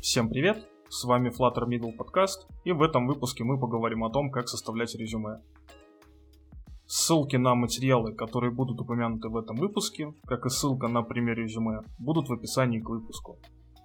Всем привет, с вами Flutter Middle Podcast, и в этом выпуске мы поговорим о том, как составлять резюме. Ссылки на материалы, которые будут упомянуты в этом выпуске, как и ссылка на пример резюме, будут в описании к выпуску.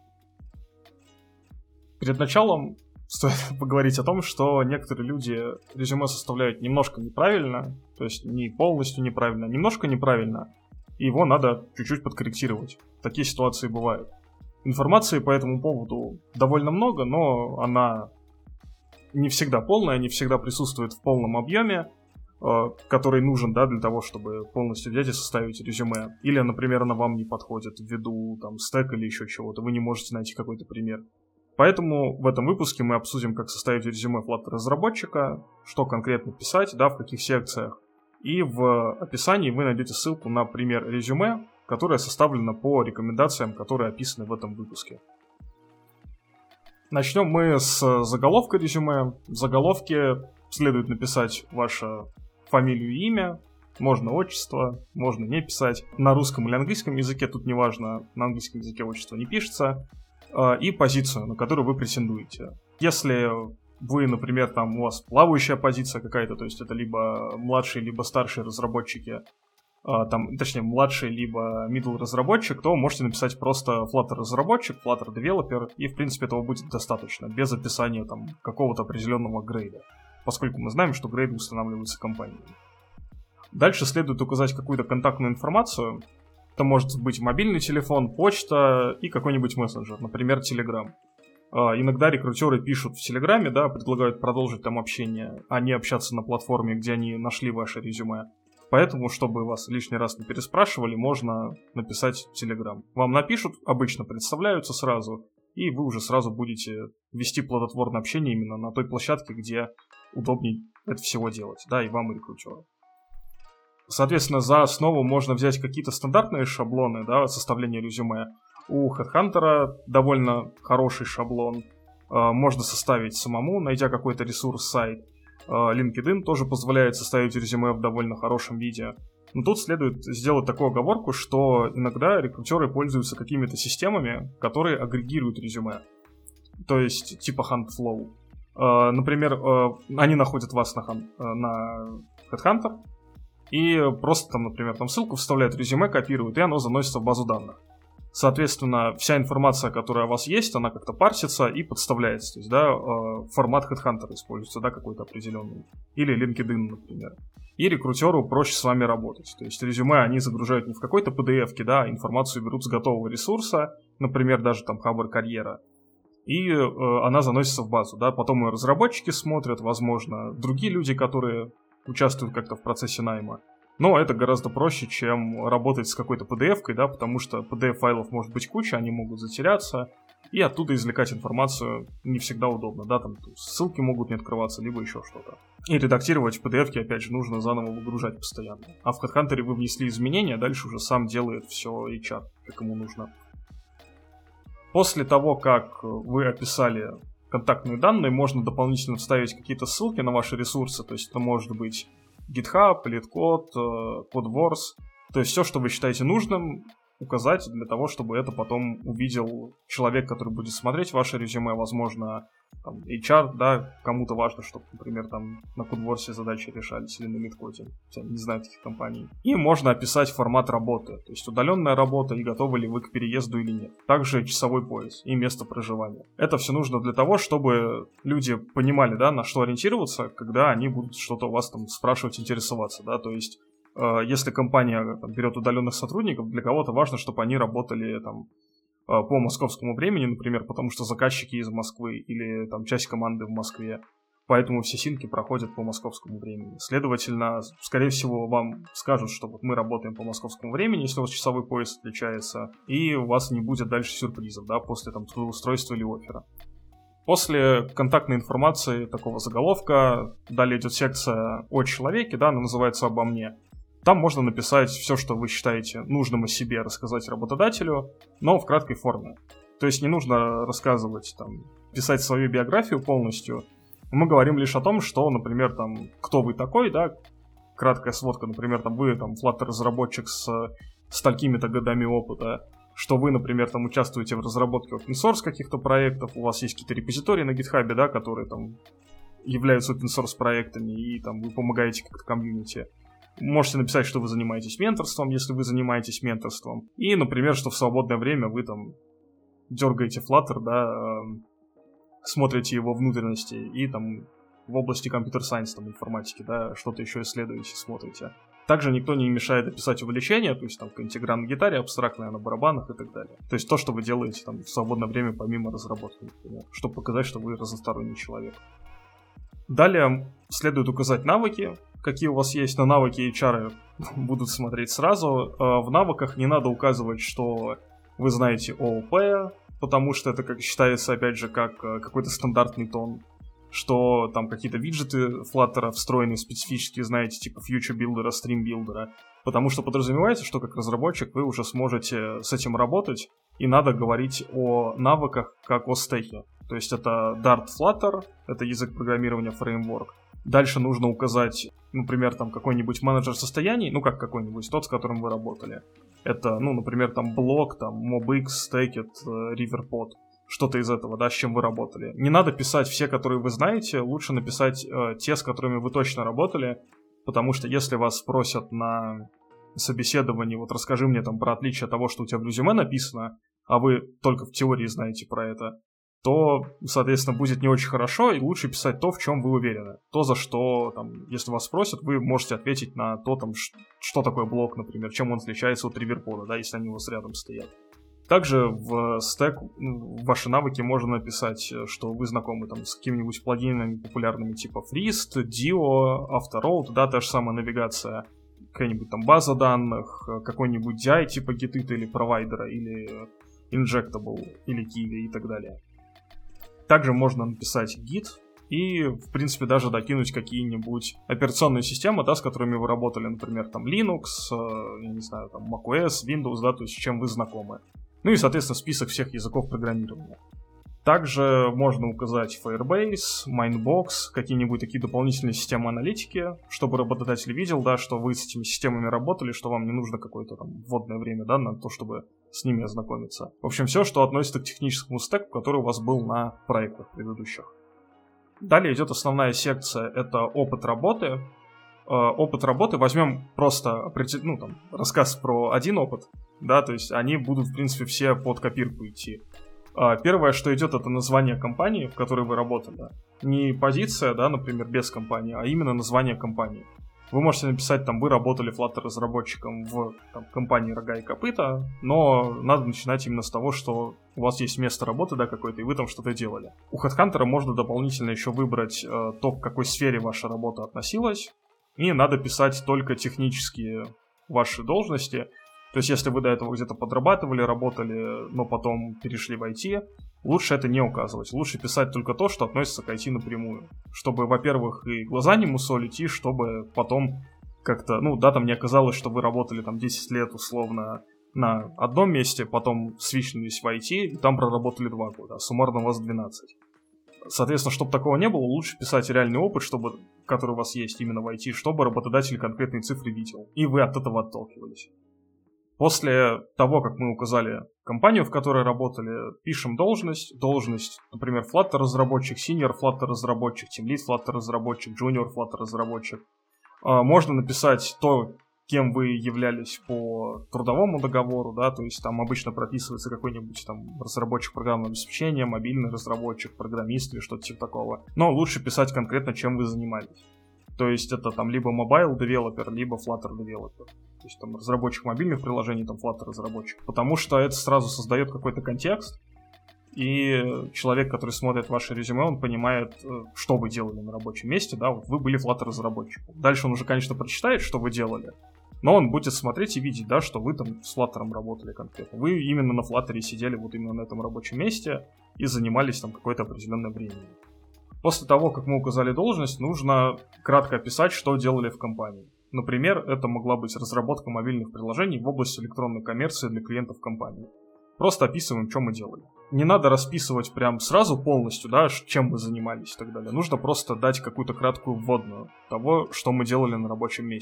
Перед началом стоит поговорить о том, что некоторые люди резюме составляют немножко неправильно, то есть не полностью неправильно, а немножко неправильно, и его надо чуть-чуть подкорректировать. Такие ситуации бывают. Информации по этому поводу довольно много, но она не всегда полная, не всегда присутствует в полном объеме, который нужен, для того, чтобы полностью взять и составить резюме. Или, например, она вам не подходит ввиду стэка или еще чего-то, вы не можете найти какой-то пример. Поэтому в этом выпуске мы обсудим, как составить резюме Flutter-разработчика, что конкретно писать, в каких секциях. И в описании вы найдете ссылку на пример резюме, которая составлена по рекомендациям, которые описаны в этом выпуске. Начнем мы с заголовка резюме. В заголовке следует написать ваше фамилию и имя, можно отчество, можно не писать. На русском или английском языке, тут не важно, на английском языке отчество не пишется. И позицию, на которую вы претендуете. Если вы, например, у вас плавающая позиция какая-то, то есть это либо младшие, либо старшие разработчики, точнее, младший либо middle разработчик, то можете написать просто Flutter разработчик, Flutter developer, и в принципе этого будет достаточно, без описания какого-то определенного грейда, поскольку мы знаем, что грейды устанавливаются компанией. Дальше следует указать какую-то контактную информацию. Это может быть мобильный телефон, почта и какой-нибудь мессенджер, например, Telegram. Иногда рекрутеры пишут в Телеграме, предлагают продолжить там общение, а не общаться на платформе, где они нашли ваше резюме. Поэтому, чтобы вас лишний раз не переспрашивали, можно написать в Telegram. Вам напишут, обычно представляются сразу, и вы уже сразу будете вести плодотворное общение именно на той площадке, где удобнее это всего делать, и вам, и рекрутеру. Соответственно, за основу можно взять какие-то стандартные шаблоны, составления резюме. У HeadHunter довольно хороший шаблон. Можно составить самому, найдя какой-то ресурс-сайт. LinkedIn тоже позволяет составить резюме в довольно хорошем виде. Но тут следует сделать такую оговорку, что иногда рекрутеры пользуются какими-то системами, которые агрегируют резюме. То есть типа HuntFlow. Например, они находят вас на HeadHunter и просто например, ссылку вставляют в резюме, копируют, и оно заносится в базу данных. Соответственно, вся информация, которая у вас есть, она как-то парсится и подставляется. То есть, формат HeadHunter используется, какой-то определенный. Или LinkedIn, например. И рекрутеру проще с вами работать. То есть, резюме они загружают не в какой-то PDF-ке, а информацию берут с готового ресурса, например, даже Хабр Карьера. И она заносится в базу, Потом ее разработчики смотрят, возможно, другие люди, которые участвуют как-то в процессе найма. Но это гораздо проще, чем работать с какой-то PDF-кой, потому что PDF-файлов может быть куча, они могут затеряться, и оттуда извлекать информацию не всегда удобно, ссылки могут не открываться, либо еще что-то. И редактировать в PDF-ке, опять же, нужно заново выгружать постоянно. А в HeadHunter вы внесли изменения, дальше уже сам делает все HR, как ему нужно. После того, как вы описали контактные данные, можно дополнительно вставить какие-то ссылки на ваши ресурсы, то есть это может быть GitHub, LeetCode, CodeWars, то есть все, что вы считаете нужным, указать для того, чтобы это потом увидел человек, который будет смотреть ваше резюме, возможно, HR, кому-то важно, чтобы, например, на CodeWars задачи решались или на LeetCode, я не знаю таких компаний. И можно описать формат работы, то есть удаленная работа и готовы ли вы к переезду или нет. Также часовой пояс и место проживания. Это все нужно для того, чтобы люди понимали, на что ориентироваться, когда они будут что-то у вас спрашивать, интересоваться, то есть если компания берет удаленных сотрудников, для кого-то важно, чтобы они работали по московскому времени, например, потому что заказчики из Москвы или часть команды в Москве. Поэтому все синки проходят по московскому времени. Следовательно, скорее всего, вам скажут, что мы работаем по московскому времени, если у вас часовой пояс отличается, и у вас не будет дальше сюрпризов, после трудоустройства или оффера. После контактной информации, такого заголовка, далее идет секция о человеке, она называется «Обо мне». Там можно написать все, что вы считаете нужным о себе рассказать работодателю, но в краткой форме. То есть не нужно рассказывать, писать свою биографию полностью. Мы говорим лишь о том, что, например, кто вы такой, краткая сводка, например, вы Flutter-разработчик с такими-то годами опыта, что вы, например, там участвуете в разработке open source каких-то проектов, у вас есть какие-то репозитории на GitHub, да, которые там являются open source проектами, и там вы помогаете как-то комьюнити. Можете написать, что вы занимаетесь менторством, если вы занимаетесь менторством. И, например, что в свободное время вы там дергаете Flutter, да, смотрите его внутренности и там в области компьютер-сайенс, там, информатики, да, что-то еще исследуете, смотрите. Также никто не мешает описать увлечения, то есть там какая-нибудь игра на гитаре, абстрактная на барабанах и так далее. То есть то, что вы делаете там в свободное время помимо разработки, например, чтобы показать, что вы разносторонний человек. Далее следует указать навыки, какие у вас есть. На навыки HR будут смотреть сразу. В навыках не надо указывать, что вы знаете ООП, потому что это как считается, опять же, как какой-то стандартный тон. Что там какие-то виджеты Flutter встроенные специфические, знаете, типа Future Builder, Stream Builder, потому что подразумевается, что как разработчик вы уже сможете с этим работать, и надо говорить о навыках как о стеке. То есть это Dart Flutter, это язык программирования фреймворк. Дальше нужно указать, например, там какой-нибудь менеджер состояний, ну как какой-нибудь, тот, с которым вы работали. Это, ну, например, там Block, там MobX, Stackit, Riverpod. Что-то из этого, да, с чем вы работали. Не надо писать все, которые вы знаете, лучше написать те, с которыми вы точно работали, потому что если вас спросят на собеседовании, вот расскажи мне там про отличие того, что у тебя в резюме написано, а вы только в теории знаете про это, то, соответственно, будет не очень хорошо, и лучше писать то, в чем вы уверены. То, за что, там, если вас спросят, вы можете ответить на то, там, что такое блок, например, чем он отличается от Riverpod, да, если они у вас рядом стоят. Также в стек ваши навыки можно написать, что вы знакомы там с какими-нибудь плагинами популярными типа Frist, Dio, Автороут, да, та же самая навигация, какая-нибудь там база данных, какой-нибудь DI типа Git или провайдера, или Injectable, или Kiwi и так далее. Также можно написать Git и, в принципе, даже докинуть какие-нибудь операционные системы, да, с которыми вы работали, например, там Linux, я не знаю, там macOS, Windows, да, то есть с чем вы знакомы. Ну и, соответственно, список всех языков программирования. Также можно указать Firebase, Mindbox, какие-нибудь такие дополнительные системы аналитики, чтобы работодатель видел, да, что вы с этими системами работали, что вам не нужно какое-то там вводное время, да, на то, чтобы с ними ознакомиться. В общем, все, что относится к техническому стеку, который у вас был на проектах предыдущих. Далее идет основная секция, это опыт работы. Опыт работы возьмем просто, ну, там, рассказ про один опыт, да, то есть они будут, в принципе, все под копирку идти. Первое, что идет, это название компании, в которой вы работали. Не позиция, да, например, без компании, а именно название компании. Вы можете написать, там, вы работали Flutter-разработчиком в там, компании «Рога и копыта», но надо начинать именно с того, что у вас есть место работы, да, какое-то, и вы там что-то делали. У HeadHunter можно дополнительно еще выбрать то, к какой сфере ваша работа относилась, и надо писать только технические ваши должности. То есть, если вы до этого где-то подрабатывали, работали, но потом перешли в IT, лучше это не указывать. Лучше писать только то, что относится к IT напрямую. Чтобы, во-первых, и глаза не мусолить, и чтобы потом как-то, ну, да, там не оказалось, что вы работали там 10 лет условно на одном месте, потом свичнулись в IT, и там проработали 2 года, а суммарно у вас 12. Соответственно, чтобы такого не было, лучше писать реальный опыт, чтобы, который у вас есть именно в IT, чтобы работодатель конкретные цифры видел, и вы от этого отталкивались. После того, как мы указали компанию, в которой работали, пишем должность. Должность, например, Flutter-разработчик, Senior Flutter-разработчик, Team Lead Flutter-разработчик, Junior Flutter-разработчик. Можно написать то, кем вы являлись по трудовому договору, да, то есть там обычно прописывается какой-нибудь там разработчик программного обеспечения, мобильный разработчик, программист или что-то типа такого. Но лучше писать конкретно, чем вы занимались. То есть это там либо mobile developer, либо Flutter developer. То есть там разработчик мобильных приложений, там Flutter разработчик. Потому что это сразу создает какой-то контекст, и человек, который смотрит ваше резюме, он понимает, что вы делали на рабочем месте, да, вот вы были Flutter разработчиком. Дальше он уже, конечно, прочитает, что вы делали, но он будет смотреть и видеть, да, что вы там с Flutter работали конкретно. Вы именно на Flutter сидели вот именно на этом рабочем месте и занимались там какое-то определенное время. После того, как мы указали должность, нужно кратко описать, что делали в компании. Например, это могла быть разработка мобильных приложений в области электронной коммерции для клиентов компании. Просто описываем, что мы делали. Не надо расписывать прям сразу полностью, да, чем мы занимались и так далее. Нужно просто дать какую-то краткую вводную того, что мы делали на рабочем месте.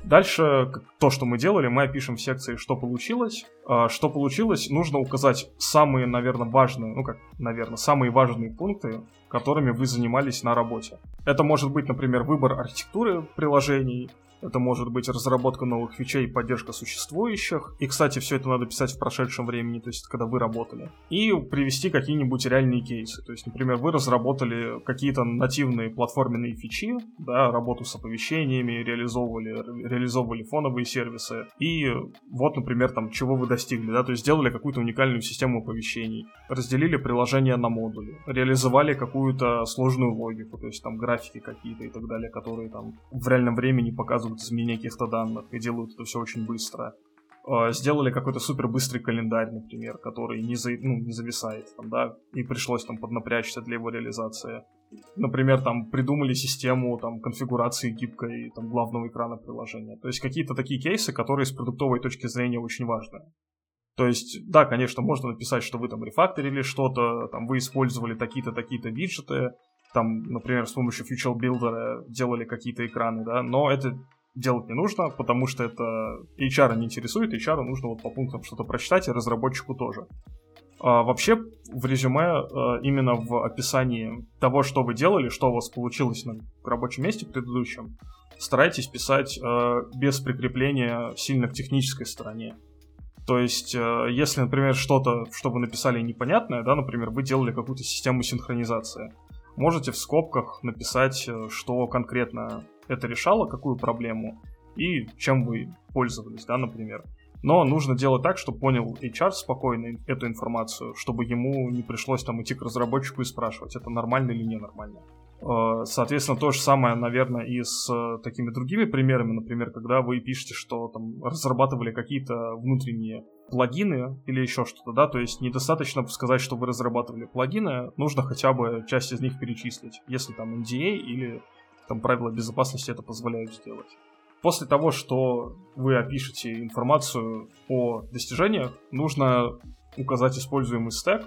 Дальше то, что мы делали, мы опишем в секции, что получилось. Что получилось, нужно указать самые, наверное, важные, самые важные пункты, которыми вы занимались на работе. Это может быть, например, выбор архитектуры приложений, это может быть разработка новых фичей и поддержка существующих. И, кстати, все это надо писать в прошедшем времени, то есть когда вы работали. И привести какие-нибудь реальные кейсы. То есть, например, вы разработали какие-то нативные платформенные фичи, да, работу с оповещениями, реализовывали фоновые сервисы. И вот, например, там, чего вы достигли, да, то есть сделали какую-то уникальную систему оповещений, разделили приложение на модули, реализовали какую-то сложную логику, то есть там графики какие-то и так далее, которые там в реальном времени показывают изменение каких-то данных и делают это все очень быстро. Сделали какой-то супер быстрый календарь, например, который не зависает, там, да, и пришлось там поднапрячься для его реализации. Например, там придумали систему там конфигурации гибкой там главного экрана приложения. То есть какие-то такие кейсы, которые с продуктовой точки зрения очень важны. То есть, да, конечно, можно написать, что вы там рефакторили что-то, там вы использовали такие-то виджеты, там, например, с помощью Feature Builder делали какие-то экраны, да, но это делать не нужно, потому что это HR не интересует, HR нужно вот по пунктам что-то прочитать, и разработчику тоже. Вообще, в резюме, именно в описании того, что вы делали, что у вас получилось на рабочем месте предыдущем, старайтесь писать без прикрепления сильно к технической стороне. То есть, если, например, что-то, что вы написали непонятное, да, например, вы делали какую-то систему синхронизации, можете в скобках написать, что конкретно это решало, какую проблему, и чем вы пользовались, да, например. Но нужно делать так, чтобы понял HR спокойно эту информацию, чтобы ему не пришлось там идти к разработчику и спрашивать, это нормально или ненормально. Соответственно, то же самое, наверное, и с такими другими примерами, например, когда вы пишете, что там разрабатывали какие-то внутренние плагины или еще что-то, да, то есть недостаточно сказать, что вы разрабатывали плагины, нужно хотя бы часть из них перечислить, если там NDA или там правила безопасности это позволяют сделать. После того, что вы опишете информацию о достижениях, нужно указать используемый стэк.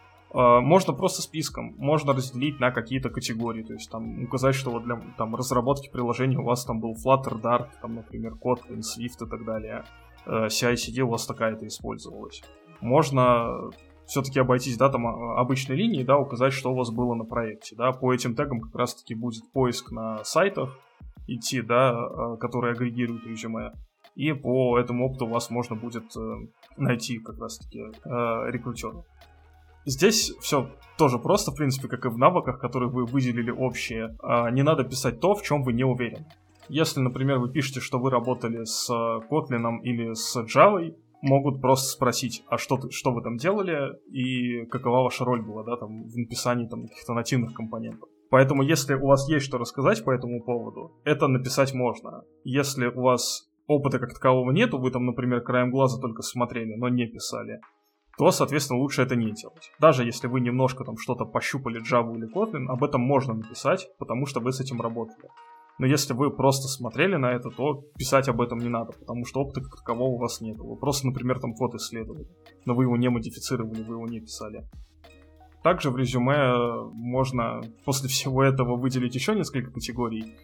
Можно просто списком, можно разделить на какие-то категории, то есть там указать, что вот для там, разработки приложения у вас там был Flutter, Dart, там, например, Kotlin, Swift и так далее. CI/CD у вас такая-то использовалась. Можно все-таки обойтись, да, там обычной линией, да, указать, что у вас было на проекте, да, по этим тегам как раз-таки будет поиск на сайтах идти, да, которые агрегируют резюме, и по этому опыту у вас можно будет найти как раз-таки рекрутеров. Здесь все тоже просто, в принципе, как и в навыках, которые вы выделили общие. Не надо писать то, в чем вы не уверены. Если, например, вы пишете, что вы работали с Kotlin или с Java, могут просто спросить, а что вы там делали и какова ваша роль была, да, там, в написании там, каких-то нативных компонентов. Поэтому, если у вас есть что рассказать по этому поводу, это написать можно. Если у вас опыта как такового нету, вы там, например, краем глаза только смотрели, но не писали, то, соответственно, лучше это не делать. Даже если вы немножко там что-то пощупали Java или Kotlin, об этом можно написать, потому что вы с этим работали. Но если вы просто смотрели на это, то писать об этом не надо, потому что опыта как такового у вас нет. Вы просто, например, там код исследовали, но вы его не модифицировали, вы его не писали. Также в резюме можно после всего этого выделить еще несколько категорий.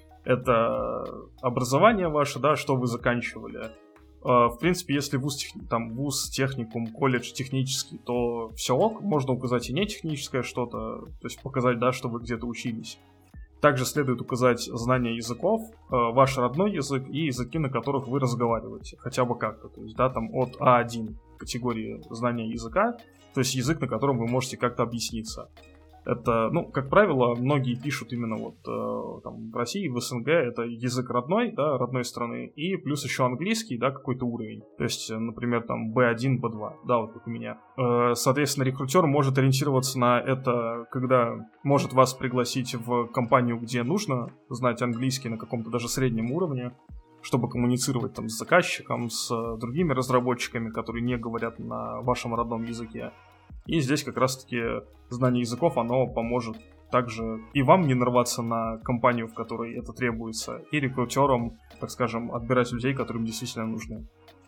Это образование ваше, да, что вы заканчивали. В принципе, если вуз, техникум, колледж технический, то все ок, можно указать и не техническое что-то, то есть показать, да, что вы где-то учились. Также следует указать знания языков, ваш родной язык и языки, на которых вы разговариваете, хотя бы как-то, то есть, да, там от А1 категории знания языка, то есть язык, на котором вы можете как-то объясниться. Это, ну, как правило, многие пишут именно вот там в России, в СНГ, это язык родной, да, родной страны, и плюс еще английский, да, какой-то уровень. То есть, например, там B1, B2, да, вот как у меня. Соответственно, рекрутер может ориентироваться на это, когда может вас пригласить в компанию, где нужно знать английский на каком-то даже среднем уровне, чтобы коммуницировать там с заказчиком, с другими разработчиками, которые не говорят на вашем родном языке. И здесь как раз-таки знание языков, оно поможет также и вам не нарваться на компанию, в которой это требуется, и рекрутерам, так скажем, отбирать людей, которым действительно нужны.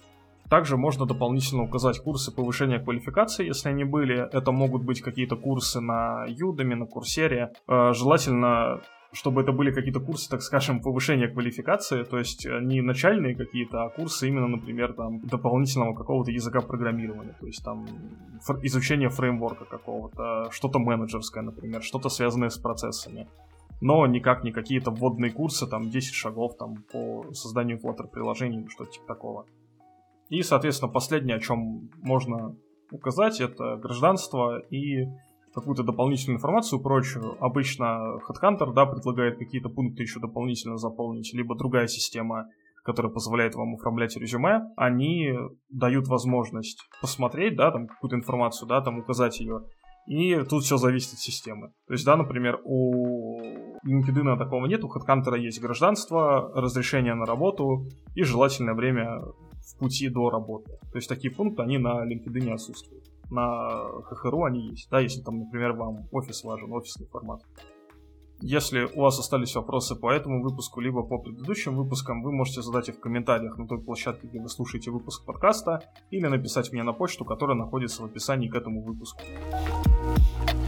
Также можно дополнительно указать курсы повышения квалификации, если они были. Это могут быть какие-то курсы на Udemy, на Coursera. Желательно чтобы это были какие-то курсы, так скажем, повышения квалификации, то есть не начальные какие-то, а курсы именно, например, там, дополнительного какого-то языка программирования, то есть там изучение фреймворка какого-то, что-то менеджерское, например, что-то связанное с процессами. Но никак не какие-то вводные курсы, там, 10 шагов там, по созданию Flutter-приложений или что-то типа такого. И, соответственно, последнее, о чем можно указать, это гражданство и какую-то дополнительную информацию, прочую. Обычно HeadHunter, да, предлагает какие-то пункты еще дополнительно заполнить, либо другая система, которая позволяет вам оформлять резюме, они дают возможность посмотреть, да, там, какую-то информацию, да, там, указать ее. И тут все зависит от системы. То есть, да, например, у LinkedIn такого нет, у HeadHunter есть гражданство, разрешение на работу и желательное время в пути до работы. То есть такие пункты, они на LinkedIn отсутствуют. На ХХРУ они есть, да, если там, например, вам офис важен, офисный формат. Если у вас остались вопросы по этому выпуску, либо по предыдущим выпускам, вы можете задать их в комментариях на той площадке, где вы слушаете выпуск подкаста, или написать мне на почту, которая находится в описании к этому выпуску.